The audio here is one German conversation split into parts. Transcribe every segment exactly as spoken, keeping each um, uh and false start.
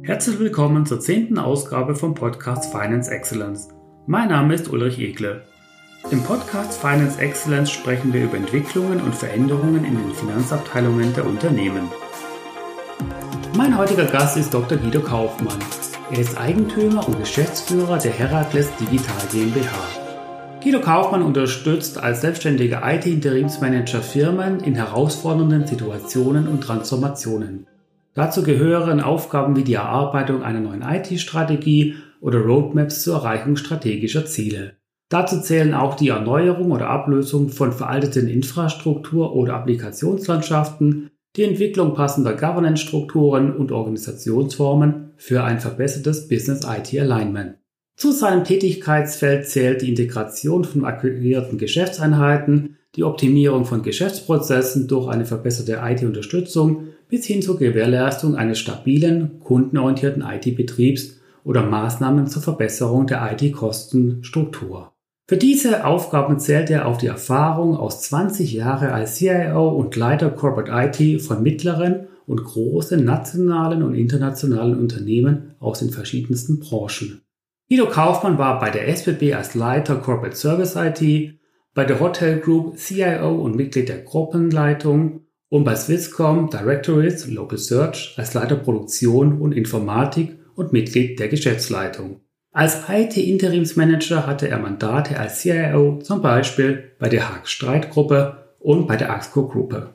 Herzlich willkommen zur zehnten Ausgabe vom Podcast Finance Excellence. Mein Name ist Ulrich Egle. Im Podcast Finance Excellence sprechen wir über Entwicklungen und Veränderungen in den Finanzabteilungen der Unternehmen. Mein heutiger Gast ist Doktor Guido Kaufmann. Er ist Eigentümer und Geschäftsführer der Herakles Digital GmbH. Guido Kaufmann unterstützt als selbstständiger I T-Interimsmanager Firmen in herausfordernden Situationen und Transformationen. Dazu gehören Aufgaben wie die Erarbeitung einer neuen I T-Strategie oder Roadmaps zur Erreichung strategischer Ziele. Dazu zählen auch die Erneuerung oder Ablösung von veralteten Infrastruktur- oder Applikationslandschaften, die Entwicklung passender Governance-Strukturen und Organisationsformen für ein verbessertes Business-I T-Alignment. Zu seinem Tätigkeitsfeld zählt die Integration von akquirierten Geschäftseinheiten, die Optimierung von Geschäftsprozessen durch eine verbesserte I T-Unterstützung bis hin zur Gewährleistung eines stabilen, kundenorientierten I T-Betriebs oder Maßnahmen zur Verbesserung der I T-Kostenstruktur. Für diese Aufgaben zählt er auf die Erfahrung aus zwanzig Jahren als C I O und Leiter Corporate I T von mittleren und großen nationalen und internationalen Unternehmen aus den verschiedensten Branchen. Guido Kaufmann war bei der S B B als Leiter Corporate Service I T, bei der Hotel Group C I O und Mitglied der Gruppenleitung und bei Swisscom Directorates Local Search als Leiter Produktion und Informatik und Mitglied der Geschäftsleitung. Als I T-Interimsmanager hatte er Mandate als C I O zum Beispiel bei der Haag Streit Gruppe und bei der Axco Gruppe.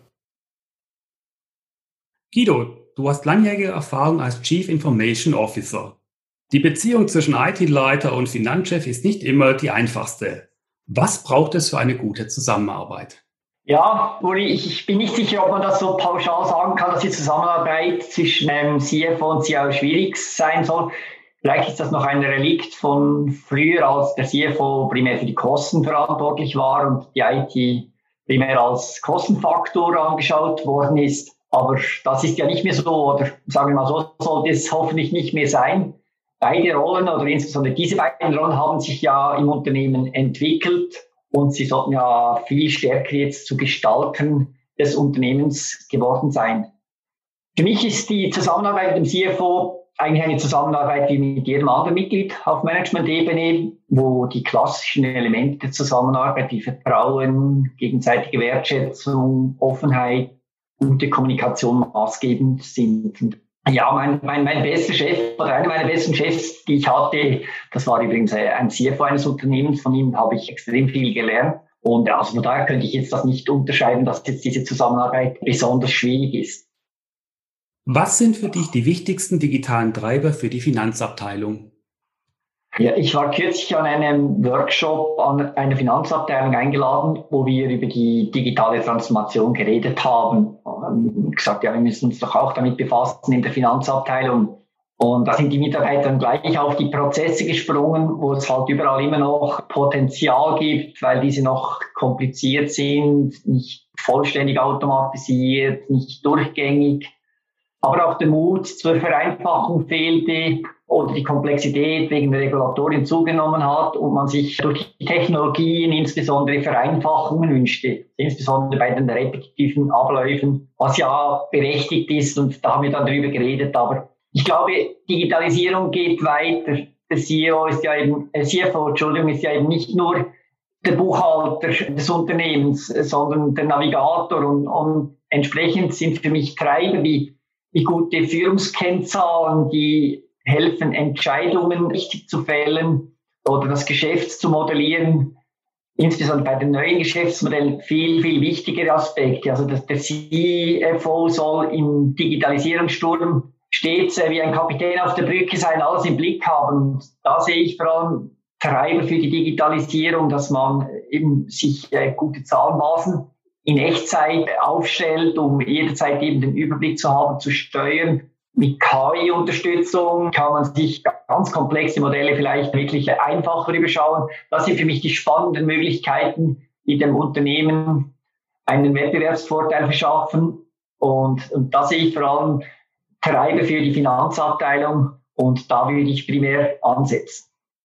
Guido, du hast langjährige Erfahrung als Chief Information Officer. Die Beziehung zwischen I T-Leiter und Finanzchef ist nicht immer die einfachste. Was braucht es für eine gute Zusammenarbeit? Ja, Uli, ich bin nicht sicher, ob man das so pauschal sagen kann, dass die Zusammenarbeit zwischen dem C F O und C I O schwierig sein soll. Vielleicht ist das noch ein Relikt von früher, als der C F O primär für die Kosten verantwortlich war und die I T primär als Kostenfaktor angeschaut worden ist. Aber das ist ja nicht mehr so, oder sagen wir mal so, sollte es hoffentlich nicht mehr sein. Beide Rollen oder insbesondere diese beiden Rollen haben sich ja im Unternehmen entwickelt und sie sollten ja viel stärker jetzt zu Gestalten des Unternehmens geworden sein. Für mich ist die Zusammenarbeit mit dem C F O eigentlich eine Zusammenarbeit wie mit jedem anderen Mitglied auf Management-Ebene, wo die klassischen Elemente der Zusammenarbeit wie Vertrauen, gegenseitige Wertschätzung, Offenheit, gute Kommunikation maßgebend sind. Und ja, mein, mein, mein bester Chef oder einer meiner besten Chefs, die ich hatte, das war übrigens ein C F O eines Unternehmens. Von ihm habe ich extrem viel gelernt. Und also von daher könnte ich jetzt das nicht unterscheiden, dass jetzt diese Zusammenarbeit besonders schwierig ist. Was sind für dich die wichtigsten digitalen Treiber für die Finanzabteilung? Ja, ich war kürzlich an einem Workshop an einer Finanzabteilung eingeladen, wo wir über die digitale Transformation geredet haben. Und gesagt, ja, wir müssen uns doch auch damit befassen in der Finanzabteilung. Und da sind die Mitarbeiter gleich auf die Prozesse gesprungen, wo es halt überall immer noch Potenzial gibt, weil diese noch kompliziert sind, nicht vollständig automatisiert, nicht durchgängig. Aber auch der Mut zur Vereinfachung fehlte oder die Komplexität wegen der Regulatorien zugenommen hat und man sich durch die Technologien insbesondere Vereinfachungen wünschte, insbesondere bei den repetitiven Abläufen, was ja berechtigt ist und da haben wir dann drüber geredet. Aber ich glaube, Digitalisierung geht weiter. Der C E O ist ja eben, äh, C F O, Entschuldigung, ist ja eben nicht nur der Buchhalter des Unternehmens, sondern der Navigator und, und entsprechend sind für mich Treiber wie die gute Führungskennzahlen, die helfen, Entscheidungen richtig zu fällen oder das Geschäft zu modellieren, insbesondere bei den neuen Geschäftsmodellen viel, viel wichtigere Aspekte. Also dass der C F O soll im Digitalisierungssturm stets äh, wie ein Kapitän auf der Brücke sein, alles im Blick haben. Und da sehe ich vor allem Treiber für die Digitalisierung, dass man eben sich äh, gute Zahlenbasen in Echtzeit aufstellt, um jederzeit eben den Überblick zu haben, zu steuern. Mit K I-Unterstützung kann man sich ganz komplexe Modelle vielleicht wirklich einfacher überschauen. Das sind für mich die spannenden Möglichkeiten, die dem Unternehmen einen Wettbewerbsvorteil verschaffen. Und, und da sehe ich vor allem Treiber für die Finanzabteilung und da würde ich primär ansetzen.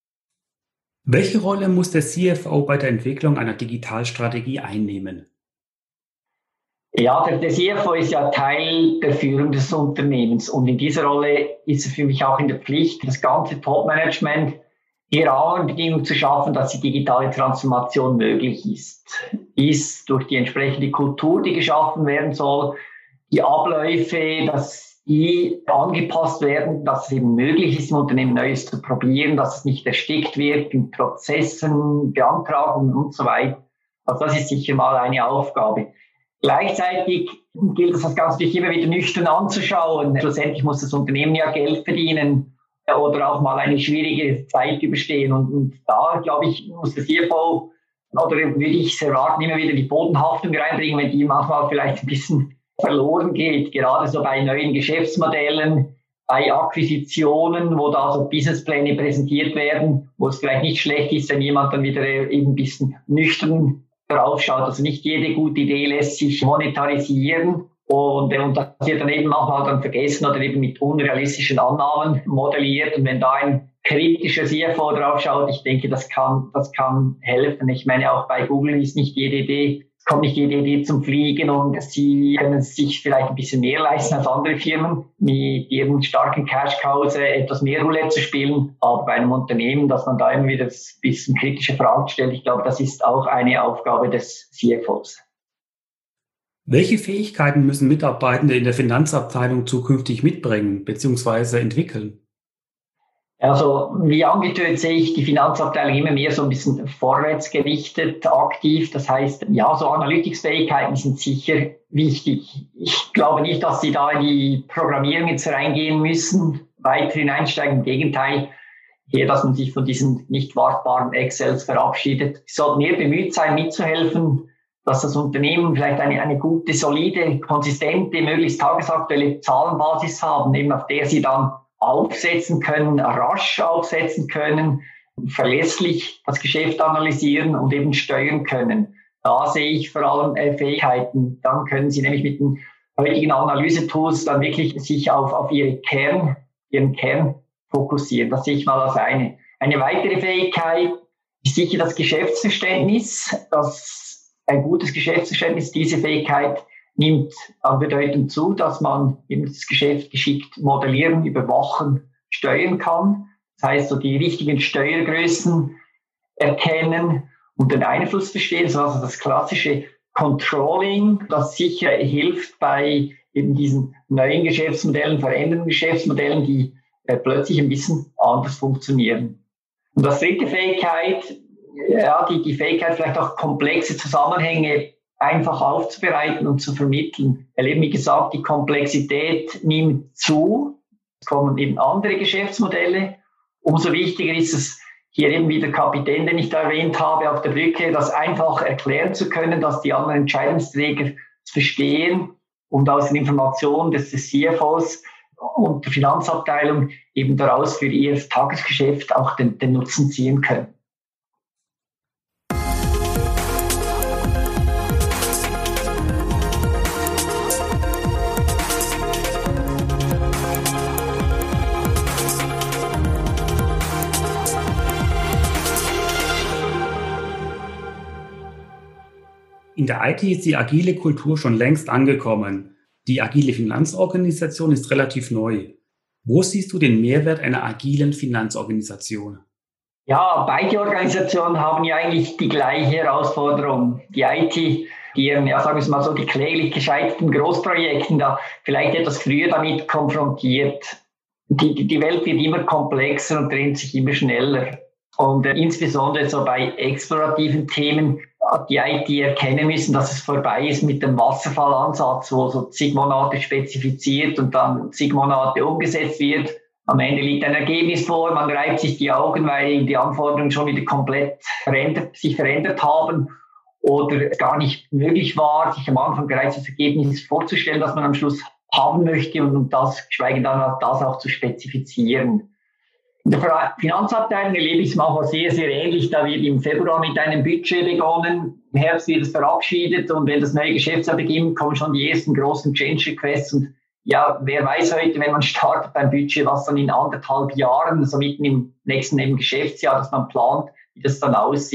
Welche Rolle muss der C F O bei der Entwicklung einer Digitalstrategie einnehmen? Ja, der, der C F O ist ja Teil der Führung des Unternehmens und in dieser Rolle ist er für mich auch in der Pflicht, das ganze Top-Management die Rahmenbedingungen zu schaffen, dass die digitale Transformation möglich ist. Ist durch die entsprechende Kultur, die geschaffen werden soll, die Abläufe, dass die angepasst werden, dass es eben möglich ist, im Unternehmen Neues zu probieren, dass es nicht erstickt wird in Prozessen, Beantragungen und so weiter. Also das ist sicher mal eine Aufgabe. Gleichzeitig gilt es, das Ganze natürlich immer wieder nüchtern anzuschauen. Schlussendlich muss das Unternehmen ja Geld verdienen oder auch mal eine schwierige Zeit überstehen. Und, und da, glaube ich, muss der C F O oder würde ich es erwarten, immer wieder die Bodenhaftung reinbringen, wenn die manchmal vielleicht ein bisschen verloren geht, gerade so bei neuen Geschäftsmodellen, bei Akquisitionen, wo da so Businesspläne präsentiert werden, wo es vielleicht nicht schlecht ist, wenn jemand dann wieder eben ein bisschen nüchtern drauf schaut. Also nicht jede gute Idee lässt sich monetarisieren. Und, und das wird dann eben manchmal dann vergessen oder eben mit unrealistischen Annahmen modelliert. Und wenn da ein kritischer C F O drauf schaut, ich denke, das kann, das kann helfen. Ich meine, auch bei Google ist nicht jede Idee, kommt nicht jede Idee zum Fliegen und sie können sich vielleicht ein bisschen mehr leisten als andere Firmen, mit ihren starken Cash-Cows etwas mehr Roulette zu spielen. Aber bei einem Unternehmen, dass man da immer wieder ein bisschen kritische Fragen stellt, ich glaube, das ist auch eine Aufgabe des C F Os. Welche Fähigkeiten müssen Mitarbeitende in der Finanzabteilung zukünftig mitbringen bzw. entwickeln? Also wie angetönt sehe ich die Finanzabteilung immer mehr so ein bisschen vorwärts gerichtet, aktiv. Das heißt, ja, so Analytics-Fähigkeiten sind sicher wichtig. Ich glaube nicht, dass sie da in die Programmierung jetzt reingehen müssen, weiter hineinsteigen. Im Gegenteil, hier, dass man sich von diesen nicht wartbaren Excels verabschiedet. Sie sollten eher bemüht sein, mitzuhelfen, dass das Unternehmen vielleicht eine, eine gute, solide, konsistente, möglichst tagesaktuelle Zahlenbasis haben, eben auf der sie dann aufsetzen können, rasch aufsetzen können, verlässlich das Geschäft analysieren und eben steuern können. Da sehe ich vor allem äh, Fähigkeiten. Dann können Sie nämlich mit den heutigen Analysetools dann wirklich sich auf, auf ihre Kern, ihren Kern fokussieren. Das sehe ich mal als eine. Eine weitere Fähigkeit ist sicher das Geschäftsverständnis. Das, ein gutes Geschäftsverständnis, diese Fähigkeit nimmt an Bedeutung zu, dass man eben das Geschäft geschickt modellieren, überwachen, steuern kann. Das heißt, so die richtigen Steuergrößen erkennen und den Einfluss verstehen, so also das klassische Controlling, das sicher hilft bei eben diesen neuen Geschäftsmodellen, verändernden Geschäftsmodellen, die äh, plötzlich ein bisschen anders funktionieren. Und das dritte Fähigkeit, ja, die, die Fähigkeit, vielleicht auch komplexe Zusammenhänge einfach aufzubereiten und zu vermitteln. Weil eben, wie gesagt, die Komplexität nimmt zu. Es kommen eben andere Geschäftsmodelle. Umso wichtiger ist es, hier eben wie der Kapitän, den ich da erwähnt habe, auf der Brücke, das einfach erklären zu können, dass die anderen Entscheidungsträger es verstehen und aus den Informationen des, des C F Os und der Finanzabteilung eben daraus für ihr Tagesgeschäft auch den, den Nutzen ziehen können. In der I T ist die agile Kultur schon längst angekommen. Die agile Finanzorganisation ist relativ neu. Wo siehst du den Mehrwert einer agilen Finanzorganisation? Ja, beide Organisationen haben ja eigentlich die gleiche Herausforderung. Die I T, die ihren, ja, sagen wir es mal so, die kläglich gescheiterten Großprojekten da vielleicht etwas früher damit konfrontiert. Die, die, die Welt wird immer komplexer und dreht sich immer schneller. Und äh, insbesondere so bei explorativen Themen hat die I T erkennen müssen, dass es vorbei ist mit dem Wasserfallansatz, wo so zig Monate spezifiziert und dann zig Monate umgesetzt wird. Am Ende liegt ein Ergebnis vor, man reibt sich die Augen, weil die Anforderungen schon wieder komplett verändert, sich verändert haben oder es gar nicht möglich war, sich am Anfang bereits das Ergebnis vorzustellen, das man am Schluss haben möchte und das, geschweige dann das auch zu spezifizieren. In der Finanzabteilung erlebe ich es manchmal sehr, sehr ähnlich. Da wird im Februar mit einem Budget begonnen, im Herbst wird es verabschiedet und wenn das neue Geschäftsjahr beginnt, kommen schon die ersten großen Change Requests. Und ja, wer weiß heute, wenn man startet beim Budget, was dann in anderthalb Jahren, so mitten im nächsten im Geschäftsjahr, das man plant, wie das dann aussieht.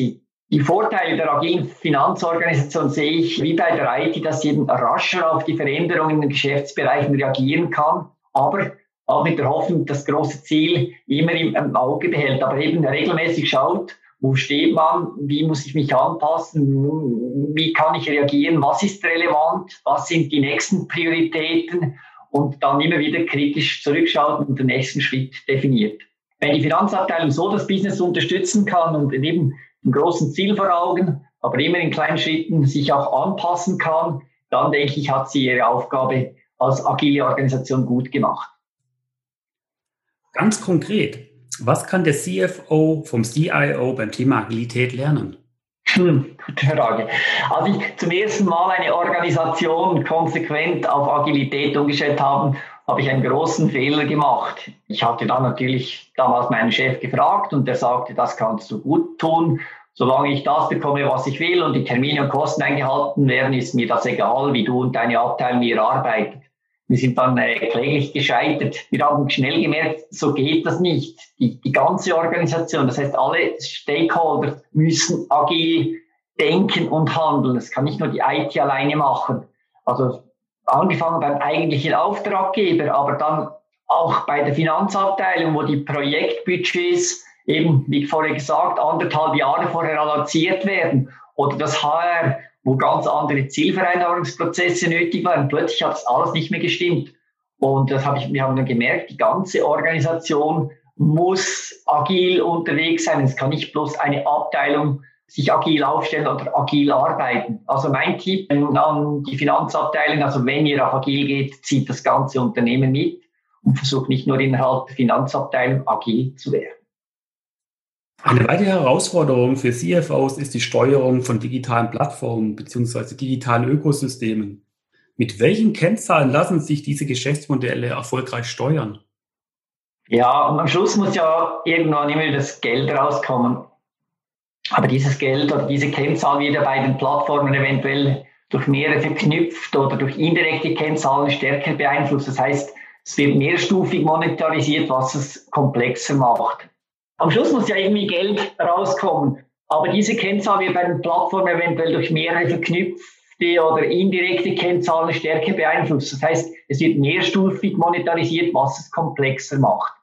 Die Vorteile der agilen Finanzorganisation sehe ich wie bei der I T, dass sie eben rascher auf die Veränderungen in den Geschäftsbereichen reagieren kann, aber auch mit der Hoffnung, das große Ziel immer im, im Auge behält, aber eben regelmäßig schaut, wo steht man, wie muss ich mich anpassen, wie kann ich reagieren, was ist relevant, was sind die nächsten Prioritäten und dann immer wieder kritisch zurückschaut und den nächsten Schritt definiert. Wenn die Finanzabteilung so das Business unterstützen kann und eben ein großes Ziel vor Augen, aber immer in kleinen Schritten sich auch anpassen kann, dann denke ich, hat sie ihre Aufgabe als agile Organisation gut gemacht. Ganz konkret, was kann der C F O vom C I O beim Thema Agilität lernen? Hm, gute Frage. Als ich zum ersten Mal eine Organisation konsequent auf Agilität umgestellt habe, habe ich einen großen Fehler gemacht. Ich hatte dann natürlich damals meinen Chef gefragt und der sagte, das kannst du gut tun. Solange ich das bekomme, was ich will und die Termine und Kosten eingehalten werden, ist mir das egal, wie du und deine Abteilung hier arbeitet. Wir sind dann äh, kläglich gescheitert. Wir haben schnell gemerkt, so geht das nicht. Die, die ganze Organisation, das heißt, alle Stakeholder müssen agil denken und handeln. Das kann nicht nur die I T alleine machen. Also angefangen beim eigentlichen Auftraggeber, aber dann auch bei der Finanzabteilung, wo die Projektbudgets eben, wie vorher gesagt, anderthalb Jahre vorher alloziert werden. Oder das H R, wo ganz andere Zielvereinbarungsprozesse nötig waren. Plötzlich hat das alles nicht mehr gestimmt. Und das habe ich, wir haben dann gemerkt, die ganze Organisation muss agil unterwegs sein. Es kann nicht bloß eine Abteilung sich agil aufstellen oder agil arbeiten. Also mein Tipp an die Finanzabteilung, also wenn ihr auf agil geht, zieht das ganze Unternehmen mit und versucht nicht nur innerhalb der Finanzabteilung agil zu werden. Eine weitere Herausforderung für C F Os ist die Steuerung von digitalen Plattformen bzw. digitalen Ökosystemen. Mit welchen Kennzahlen lassen sich diese Geschäftsmodelle erfolgreich steuern? Ja, und am Schluss muss ja irgendwann immer das Geld rauskommen. Aber dieses Geld oder diese Kennzahl wird ja bei den Plattformen eventuell durch mehrere verknüpft oder durch indirekte Kennzahlen stärker beeinflusst. Das heißt, es wird mehrstufig monetarisiert, was es komplexer macht. Am Schluss muss ja irgendwie Geld rauskommen. Aber diese Kennzahl wird bei den Plattformen eventuell durch mehrere verknüpfte oder indirekte Kennzahlen stärker beeinflusst. Das heißt, es wird mehrstufig monetarisiert, was es komplexer macht.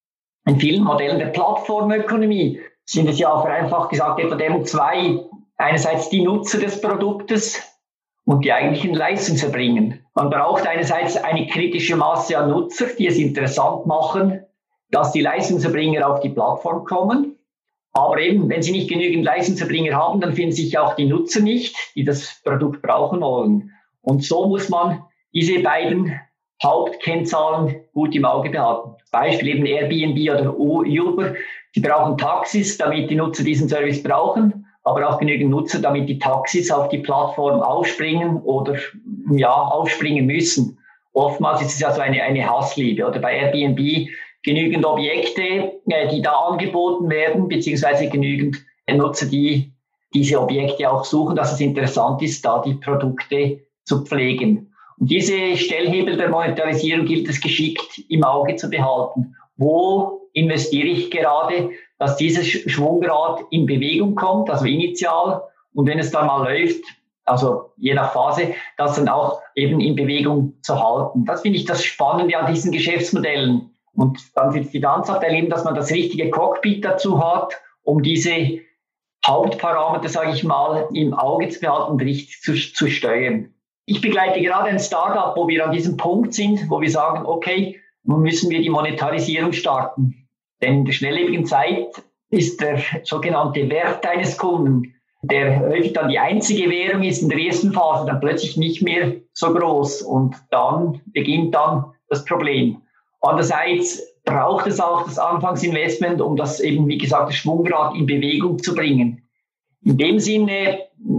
In vielen Modellen der Plattformökonomie sind es ja vereinfacht gesagt etwa deren zwei. Einerseits die Nutzer des Produktes und die eigentlichen Leistungserbringer. Man braucht einerseits eine kritische Masse an Nutzer, die es interessant machen, dass die Leistungserbringer auf die Plattform kommen. Aber eben, wenn sie nicht genügend Leistungserbringer haben, dann finden sich auch die Nutzer nicht, die das Produkt brauchen wollen. Und so muss man diese beiden Hauptkennzahlen gut im Auge behalten. Beispiel eben Airbnb oder Uber. Sie brauchen Taxis, damit die Nutzer diesen Service brauchen, aber auch genügend Nutzer, damit die Taxis auf die Plattform aufspringen oder ja aufspringen müssen. Oftmals ist es ja so eine, eine Hassliebe. Oder bei Airbnb genügend Objekte, die da angeboten werden, beziehungsweise genügend Nutzer, die diese Objekte auch suchen, dass es interessant ist, da die Produkte zu pflegen. Und diese Stellhebel der Monetarisierung gilt es geschickt im Auge zu behalten. Wo investiere ich gerade, dass dieses Schwungrad in Bewegung kommt, also initial, und wenn es dann mal läuft, also je nach Phase, das dann auch eben in Bewegung zu halten. Das finde ich das Spannende an diesen Geschäftsmodellen. Und dann für die Finanzabteilung, dass man das richtige Cockpit dazu hat, um diese Hauptparameter, sage ich mal, im Auge zu behalten und richtig zu, zu steuern. Ich begleite gerade ein Startup, wo wir an diesem Punkt sind, wo wir sagen, okay, nun müssen wir die Monetarisierung starten. Denn in der schnelllebigen Zeit ist der sogenannte Wert eines Kunden, der häufig dann die einzige Währung ist in der ersten Phase, dann plötzlich nicht mehr so groß. Und dann beginnt dann das Problem. Andererseits braucht es auch das Anfangsinvestment, um das eben, wie gesagt, das Schwungrad in Bewegung zu bringen. In dem Sinne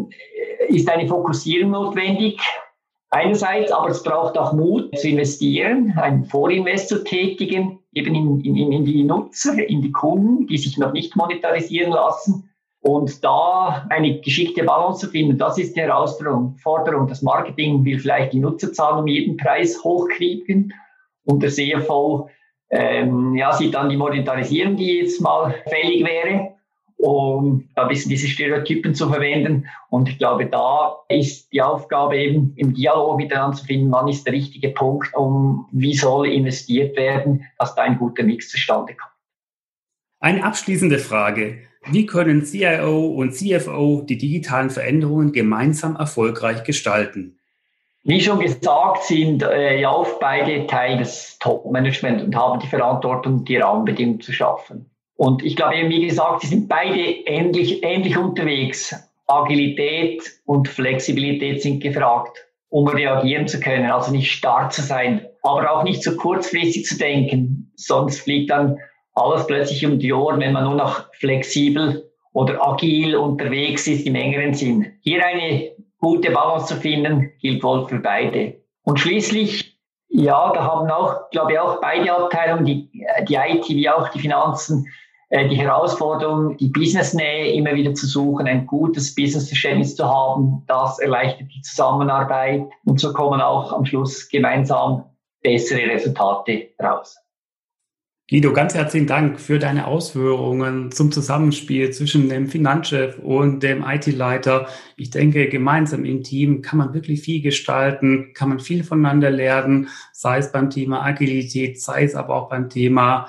ist eine Fokussierung notwendig. Einerseits, aber es braucht auch Mut zu investieren, einen Vorinvest zu tätigen, eben in, in, in die Nutzer, in die Kunden, die sich noch nicht monetarisieren lassen. Und da eine geschickte Balance zu finden, das ist die Herausforderung. Das Marketing will vielleicht die Nutzerzahlen um jeden Preis hochkriegen. Und der C F O ähm, ja, sieht dann die Monetarisierung, die jetzt mal fällig wäre. um ein bisschen diese Stereotypen zu verwenden. Und ich glaube, da ist die Aufgabe eben im Dialog miteinander zu finden, wann ist der richtige Punkt, um wie soll investiert werden, dass da ein guter Mix zustande kommt. Eine abschließende Frage. Wie können C I O und C F O die digitalen Veränderungen gemeinsam erfolgreich gestalten? Wie schon gesagt, sind äh, ja auch beide Teil des Top-Management und haben die Verantwortung, die Rahmenbedingungen zu schaffen. Und ich glaube eben, wie gesagt, sie sind beide ähnlich, ähnlich unterwegs. Agilität und Flexibilität sind gefragt, um reagieren zu können, also nicht starr zu sein, aber auch nicht zu kurzfristig zu denken, sonst fliegt dann alles plötzlich um die Ohren, wenn man nur noch flexibel oder agil unterwegs ist im engeren Sinn. Hier eine gute Balance zu finden, gilt wohl für beide. Und schließlich, ja, da haben auch, glaube ich, auch beide Abteilungen, die, die I T wie auch die Finanzen, äh, die Herausforderung, die Businessnähe immer wieder zu suchen, ein gutes Businessverständnis zu haben. Das erleichtert die Zusammenarbeit und so kommen auch am Schluss gemeinsam bessere Resultate raus. Guido, ganz herzlichen Dank für deine Ausführungen zum Zusammenspiel zwischen dem Finanzchef und dem I T-Leiter. Ich denke, gemeinsam im Team kann man wirklich viel gestalten, kann man viel voneinander lernen, sei es beim Thema Agilität, sei es aber auch beim Thema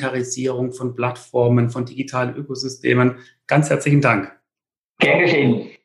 Monetarisierung von Plattformen, von digitalen Ökosystemen. Ganz herzlichen Dank. Gern geschehen.